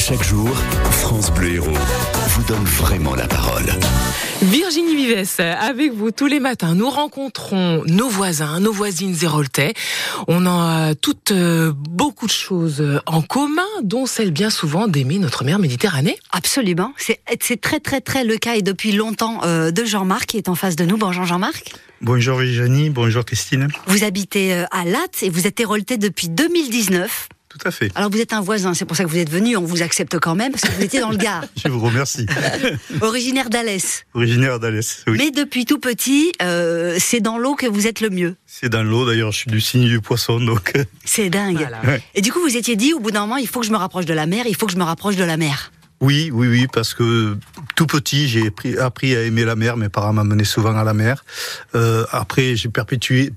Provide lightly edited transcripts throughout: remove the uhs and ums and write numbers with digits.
Chaque jour, France Bleu Héros vous donne vraiment la parole. Virginie Vives, avec vous tous les matins, nous rencontrons nos voisins, nos voisines zéroltais. On a toutes beaucoup de choses en commun, dont celle bien souvent d'aimer notre mer Méditerranée. Absolument, c'est très le cas et depuis longtemps de Jean-Marc qui est en face de nous. Bonjour Jean-Marc. Bonjour Virginie, bonjour Christine. Vous habitez à Lattes et vous êtes héroltais depuis 2019. Tout à fait. Alors vous êtes un voisin, c'est pour ça que vous êtes venu, on vous accepte quand même, parce que vous étiez dans le Gard. Je vous remercie. Originaire d'Alès. Originaire d'Alès, oui. Mais depuis tout petit, c'est dans l'eau que vous êtes le mieux. C'est dans l'eau, d'ailleurs, je suis du signe du poisson, donc... C'est dingue. Voilà. Ouais. Et du coup, vous étiez dit, au bout d'un moment, il faut que je me rapproche de la mer, Oui, parce que tout petit, j'ai appris à aimer la mer. Mes parents m'amenaient souvent à la mer. Après, j'ai perpétué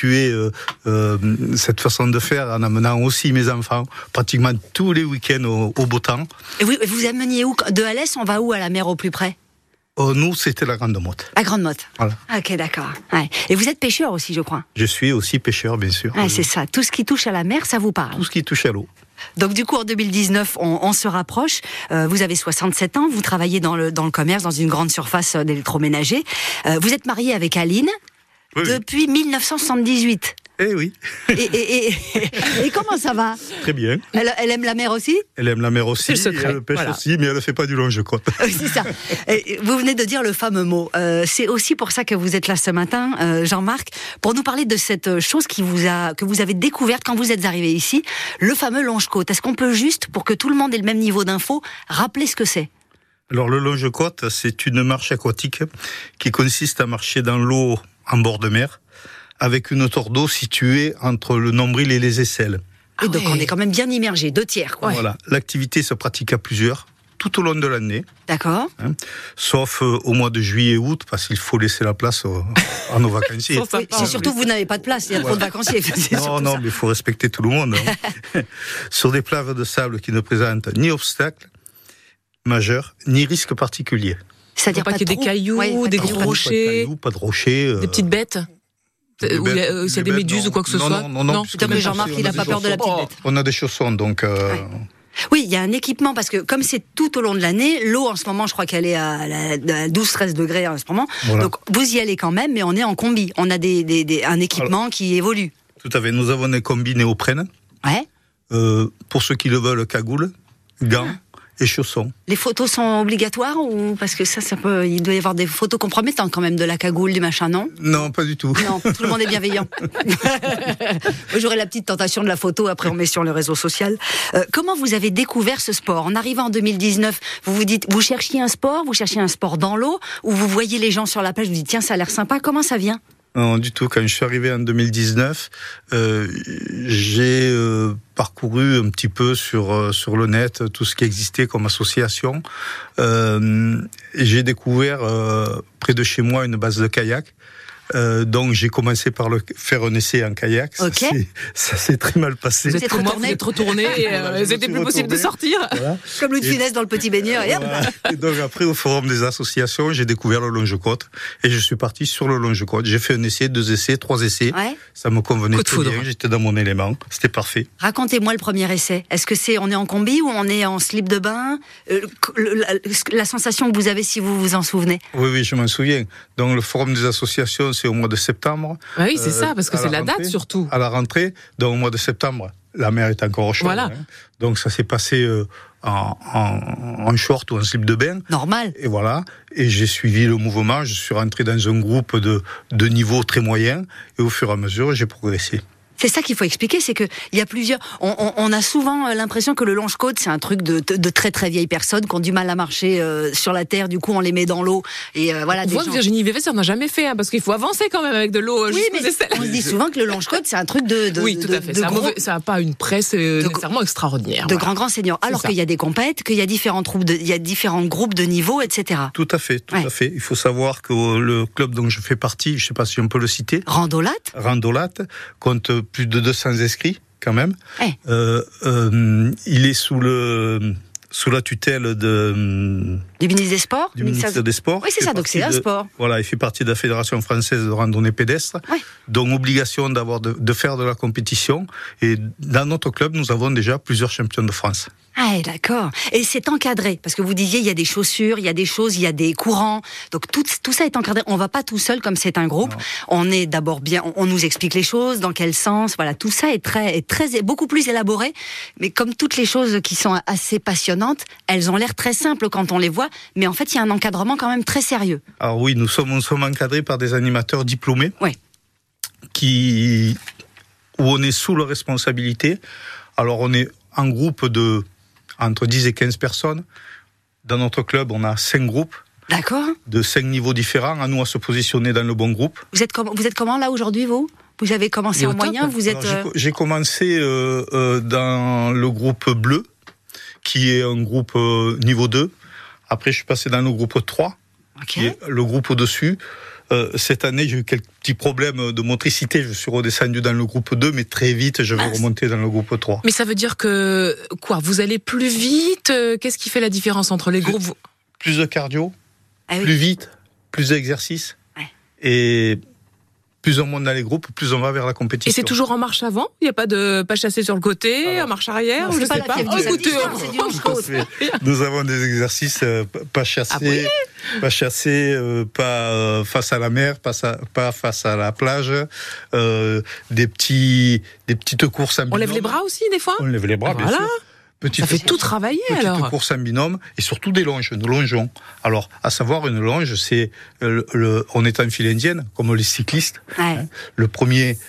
cette façon de faire en amenant aussi mes enfants pratiquement tous les week-ends au beau temps. Et vous ameniez où? De Alès, on va où à la mer au plus près? Nous, c'était la Grande Motte. La Grande Motte. Voilà. Ok, d'accord. Ouais. Et vous êtes pêcheur aussi, je crois. Je suis aussi pêcheur, bien sûr. Ah, c'est ça. Tout ce qui touche à la mer, ça vous parle. Tout ce qui touche à l'eau. Donc du coup, en 2019, on se rapproche. Vous avez 67 ans, vous travaillez dans le commerce, dans une grande surface d'électroménager. Vous êtes marié avec Aline depuis 1978. Eh oui. Et comment ça va? Très bien. Elle aime la mer aussi? Elle aime la mer aussi, C'est le secret. elle pêche Voilà. aussi, mais elle ne fait pas du longe-côte. Oui, c'est ça. Et vous venez de dire le fameux mot. C'est aussi pour ça que vous êtes là ce matin, Jean-Marc, pour nous parler de cette chose que vous avez découverte quand vous êtes arrivé ici, le fameux longe-côte. Est-ce qu'on peut juste, pour que tout le monde ait le même niveau d'info, rappeler ce que c'est? Alors le longe-côte, c'est une marche aquatique qui consiste à marcher dans l'eau en bord de mer, avec une hauteur d'eau située entre le nombril et les aisselles. Et donc on est quand même bien immergé, 2/3 quoi. Voilà. L'activité se pratique à plusieurs, tout au long de l'année, D'accord. sauf au mois de juillet et août, parce qu'il faut laisser la place à nos vacanciers. Oui, c'est surtout que vous n'avez pas de place, il y a trop de vacanciers. Non, mais il faut respecter tout le monde. Sur des plages de sable qui ne présentent ni obstacle majeur, ni risque particulier. C'est-à-dire Pas qu'il y ait des cailloux, des gros rochers, Pas de rochers. des petites bêtes. S'il y a des méduses ou quoi que ce soit. Non. Mais Jean-Marc, il n'a pas peur de la petite bête. On a des chaussons, donc... Oui, il y a un équipement, parce que comme c'est tout au long de l'année, l'eau en ce moment, je crois qu'elle est à 12-13 degrés en ce moment. Voilà. Donc vous y allez quand même, mais on est en combi. On a un équipement qui évolue. Tout à fait. Nous avons des combis néoprène. Ouais. Pour ceux qui le veulent, cagoule, gants et chaussons. Les photos sont obligatoires ou parce que ça peut, il doit y avoir des photos compromettantes quand même de la cagoule, du machin, non? Non, pas du tout. Non, tout le monde est bienveillant. Moi, j'aurais la petite tentation de la photo, après on met sur le réseau social. Comment vous avez découvert ce sport? En arrivant en 2019, vous vous dites, vous cherchiez un sport dans l'eau, ou vous voyez les gens sur la plage, vous dites, tiens, ça a l'air sympa, comment ça vient? Non, du tout. Quand je suis arrivé en 2019, j'ai parcouru un petit peu sur le net tout ce qui existait comme association. J'ai découvert près de chez moi une base de kayak. Donc j'ai commencé par faire un essai en kayak. Okay. Ça s'est très mal passé. Vous êtes retourné et c'était plus possible de sortir. Voilà. Comme Louis de Funès dans Le Petit Baigneur. Et hop. Voilà. Et donc après, au forum des associations, j'ai découvert le longe-côte et je suis parti sur le longe-côte. J'ai fait un essai, 2 essais, 3 essais. Ouais. Ça me convenait Coup de très foudre. bien. J'étais dans mon élément. C'était parfait. Racontez-moi le premier essai. Est-ce que on est en combi ou on est en slip de bain? La sensation que vous avez, si vous vous en souvenez. Oui, je m'en souviens. Donc le forum des associations, c'est au mois de septembre. Bah oui, c'est ça, parce que à c'est la rentrée, date surtout. À la rentrée, donc au mois de septembre, la mer est encore chaude. Voilà. Donc ça s'est passé en short ou en slip de bain. Normal. Et voilà. Et j'ai suivi le mouvement. Je suis rentré dans un groupe de niveau très moyen. Et au fur et à mesure, j'ai progressé. C'est ça qu'il faut expliquer, c'est que il y a plusieurs. On a souvent l'impression que le longe-côte c'est un truc de très très vieilles personnes qui ont du mal à marcher sur la terre. Du coup, on les met dans l'eau et voilà. On voit que Virginie Vives, on n'a jamais fait, parce qu'il faut avancer quand même avec de l'eau. Oui, mais on se dit souvent que le longe-côte c'est un truc oui, tout à fait. Ça n'a pas une presse nécessairement extraordinaire. De grands seniors. Alors qu'il y a des compètes, qu'il y a différents groupes de niveaux, etc. Tout à fait, tout à fait. Il faut savoir que le club dont je fais partie, je ne sais pas si on peut le citer. Randolat compte plus de 200 inscrits quand même. Ouais. Il est sous le sous la tutelle du ministre des Sports. Du ministre des Sports. Oui, c'est ça, donc c'est un sport. Voilà, il fait partie de la Fédération française de randonnée pédestre, donc obligation de faire de la compétition. Et dans notre club, nous avons déjà plusieurs champions de France. Ah, d'accord. Et c'est encadré, parce que vous disiez, il y a des chaussures, il y a des choses, il y a des courants. Donc tout ça est encadré. On va pas tout seul comme c'est un groupe. Non. On est d'abord bien, on nous explique les choses, dans quel sens. Voilà, tout ça est beaucoup plus élaboré. Mais comme toutes les choses qui sont assez passionnantes, elles ont l'air très simples quand on les voit. Mais en fait, il y a un encadrement quand même très sérieux. Alors oui, nous sommes encadrés par des animateurs diplômés. Oui. Où on est sous leur responsabilité. Alors on est en groupe entre 10 et 15 personnes. Dans notre club, on a 5 groupes. D'accord. De 5 niveaux différents, à nous à se positionner dans le bon groupe. Vous êtes comment là aujourd'hui, vous avez commencé en moyen, vous êtes... J'ai commencé dans le groupe bleu, qui est un groupe niveau 2. Après, je suis passé dans le groupe 3, qui est le groupe au-dessus. Cette année, j'ai eu quelques petits problèmes de motricité. Je suis redescendu dans le groupe 2, mais très vite, je vais remonter dans le groupe 3. Mais ça veut dire que, vous allez plus vite? Qu'est-ce qui fait la différence entre les groupes? Plus de cardio, plus vite, plus d'exercice. Et plus on monte dans les groupes, plus on va vers la compétition. Et c'est toujours en marche avant? Il n'y a pas de pas chasser sur le côté, en marche arrière? Non, je sais pas. Écoutez, c'est du hanche-côte. Nous avons des exercices pas chassés, pas face à la mer, pas face à la plage, des petites courses en binôme. On lève les bras aussi des fois? On lève les bras, bien sûr. Ça fait tout travailler alors. Petite course en binôme et surtout des longes, nous longeons. Alors, à savoir une longe, c'est on est en file indienne, comme les cyclistes. Hein. Le premier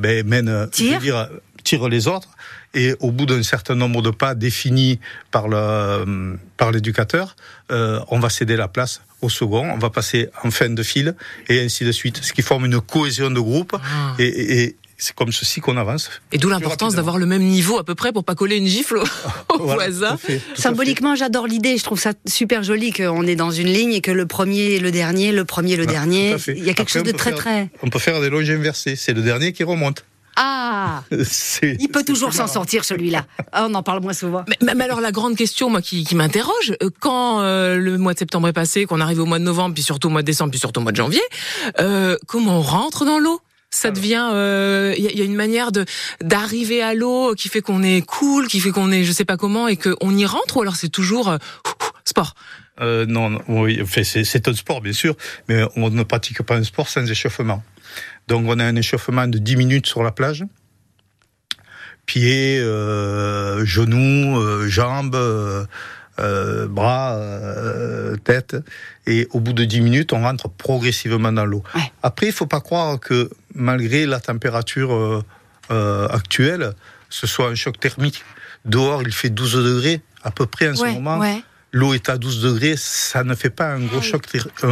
tire les autres et au bout d'un certain nombre de pas définis par l'éducateur, on va céder la place au second, on va passer en fin de file et ainsi de suite. Ce qui forme une cohésion de groupe et c'est comme ceci qu'on avance. Et d'où l'importance d'avoir le même niveau à peu près pour pas coller une gifle au voisin. Symboliquement, j'adore l'idée. Je trouve ça super joli qu'on est dans une ligne et que le premier, le dernier, le premier, le dernier. Il y a quelque chose de très. On peut faire des longes inversées. C'est le dernier qui remonte. Ah, il peut toujours s'en sortir celui-là. On en parle moins souvent. Mais alors la grande question, moi, qui m'interroge, quand le mois de septembre est passé, qu'on arrive au mois de novembre, puis surtout au mois de décembre, puis surtout au mois de janvier, comment on rentre dans l'eau? Ça devient, y a une manière d'arriver à l'eau qui fait qu'on est cool, qui fait qu'on est je sais pas comment et qu'on y rentre, ou alors c'est toujours sport? Non, oui, enfin, c'est un sport bien sûr, mais on ne pratique pas un sport sans échauffement. Donc on a un échauffement de 10 minutes sur la plage, pieds, genoux, jambes, bras, tête, et au bout de 10 minutes, on rentre progressivement dans l'eau. Ouais. Après, il faut pas croire que malgré la température actuelle, ce soit un choc thermique. Dehors, il fait 12 degrés à peu près en ce moment. Ouais. L'eau est à 12 degrés, ça ne fait pas un gros choc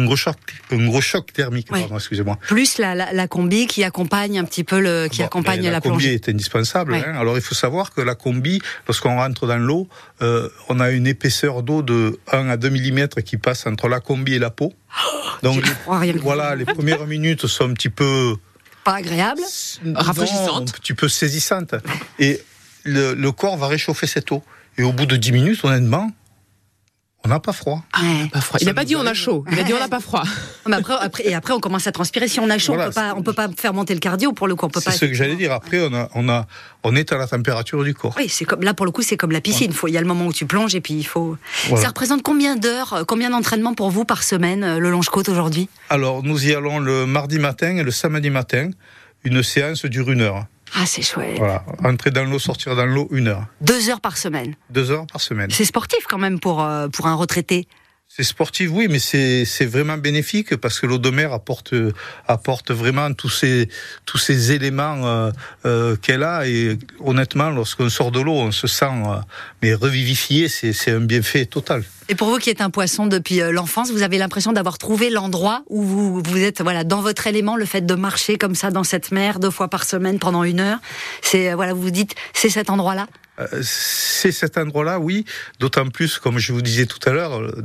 thermique. Pardon, excusez-moi. Plus la combi qui accompagne un petit peu la plongée. La combi est indispensable. Ouais. Hein. Alors il faut savoir que la combi, lorsqu'on rentre dans l'eau, on a une épaisseur d'eau de 1 à 2 mm qui passe entre la combi et la peau. Donc les premières minutes sont un petit peu pas agréables, rafraîchissantes, un petit peu saisissantes. Et le corps va réchauffer cette eau. Et au bout de 10 minutes, honnêtement, on n'a pas froid. Pas froid. Il n'a pas dit on a chaud. Il a dit on n'a pas froid. Mais après, on commence à transpirer. Si on a chaud, on peut pas faire monter le cardio pour le coup. C'est ce que j'allais dire. Après, on est à la température du corps. Oui, là pour le coup, c'est comme la piscine. Il y a le moment où tu plonges et puis il faut. Voilà. Ça représente combien d'heures, combien d'entraînements pour vous par semaine, le Longe-Côte aujourd'hui? Alors, nous y allons le mardi matin et le samedi matin. Une séance dure 1 heure. Ah, c'est chouette. Voilà, entrer dans l'eau, sortir dans l'eau, 1 heure. 2 heures par semaine. 2 heures par semaine. C'est sportif quand même pour un retraité. C'est sportif, oui, mais c'est vraiment bénéfique parce que l'eau de mer apporte vraiment tous ces éléments qu'elle a, et honnêtement, lorsqu'on sort de l'eau, on se sent revivifié. C'est un bienfait total. Et pour vous qui êtes un poisson depuis l'enfance, vous avez l'impression d'avoir trouvé l'endroit où vous êtes dans votre élément, le fait de marcher comme ça dans cette mer 2 fois par semaine pendant 1 heure. Vous vous dites, c'est cet endroit-là. C'est cet endroit-là, oui. D'autant plus, comme je vous disais tout à l'heure,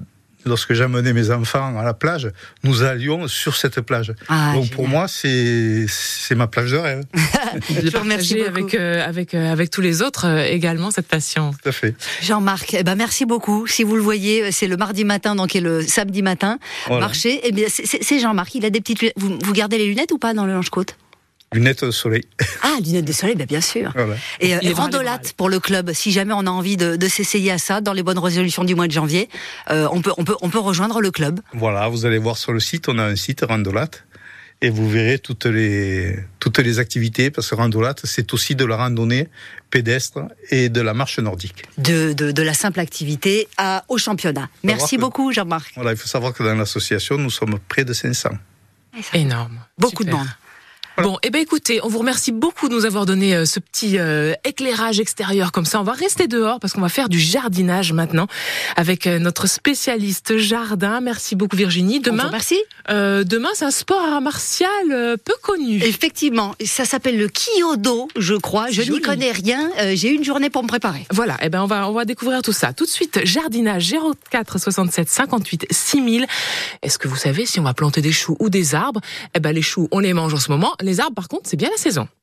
lorsque j'amenais mes enfants à la plage, nous allions sur cette plage. Donc pour moi, c'est ma plage de rêve. De partager avec tous les autres également cette passion. Tout à fait. Jean-Marc, merci beaucoup. Si vous le voyez, c'est le mardi matin, donc et le samedi matin, marché. Eh bien, c'est Jean-Marc. Il a des petites lunettes. Vous gardez les lunettes ou pas dans le Lange-Côte? Lunettes de soleil. Ah, lunettes de soleil, bien sûr. Voilà. Et randolate pour le club. Si jamais on a envie de s'essayer à ça dans les bonnes résolutions du mois de janvier, on peut rejoindre le club. Voilà, vous allez voir sur le site, on a un site randolate. Et vous verrez toutes les activités, parce que randolate, c'est aussi de la randonnée pédestre et de la marche nordique. De la simple activité au championnat. Merci beaucoup, Jean-Marc. Voilà, il faut savoir que dans l'association, nous sommes près de 500. Énorme. Beaucoup de monde. Voilà. Bon, écoutez, on vous remercie beaucoup de nous avoir donné ce petit éclairage extérieur comme ça. On va rester dehors parce qu'on va faire du jardinage maintenant avec notre spécialiste jardin. Merci beaucoup Virginie. Demain, merci. Demain, c'est un sport martial peu connu. Effectivement, ça s'appelle le Kyodo, je crois. Je n'y connais rien. J'ai une journée pour me préparer. Voilà, on va découvrir tout ça. Tout de suite, jardinage 04 67 58 6000. Est-ce que vous savez si on va planter des choux ou des arbres? Les choux, on les mange en ce moment. Les arbres, par contre, c'est bien la saison.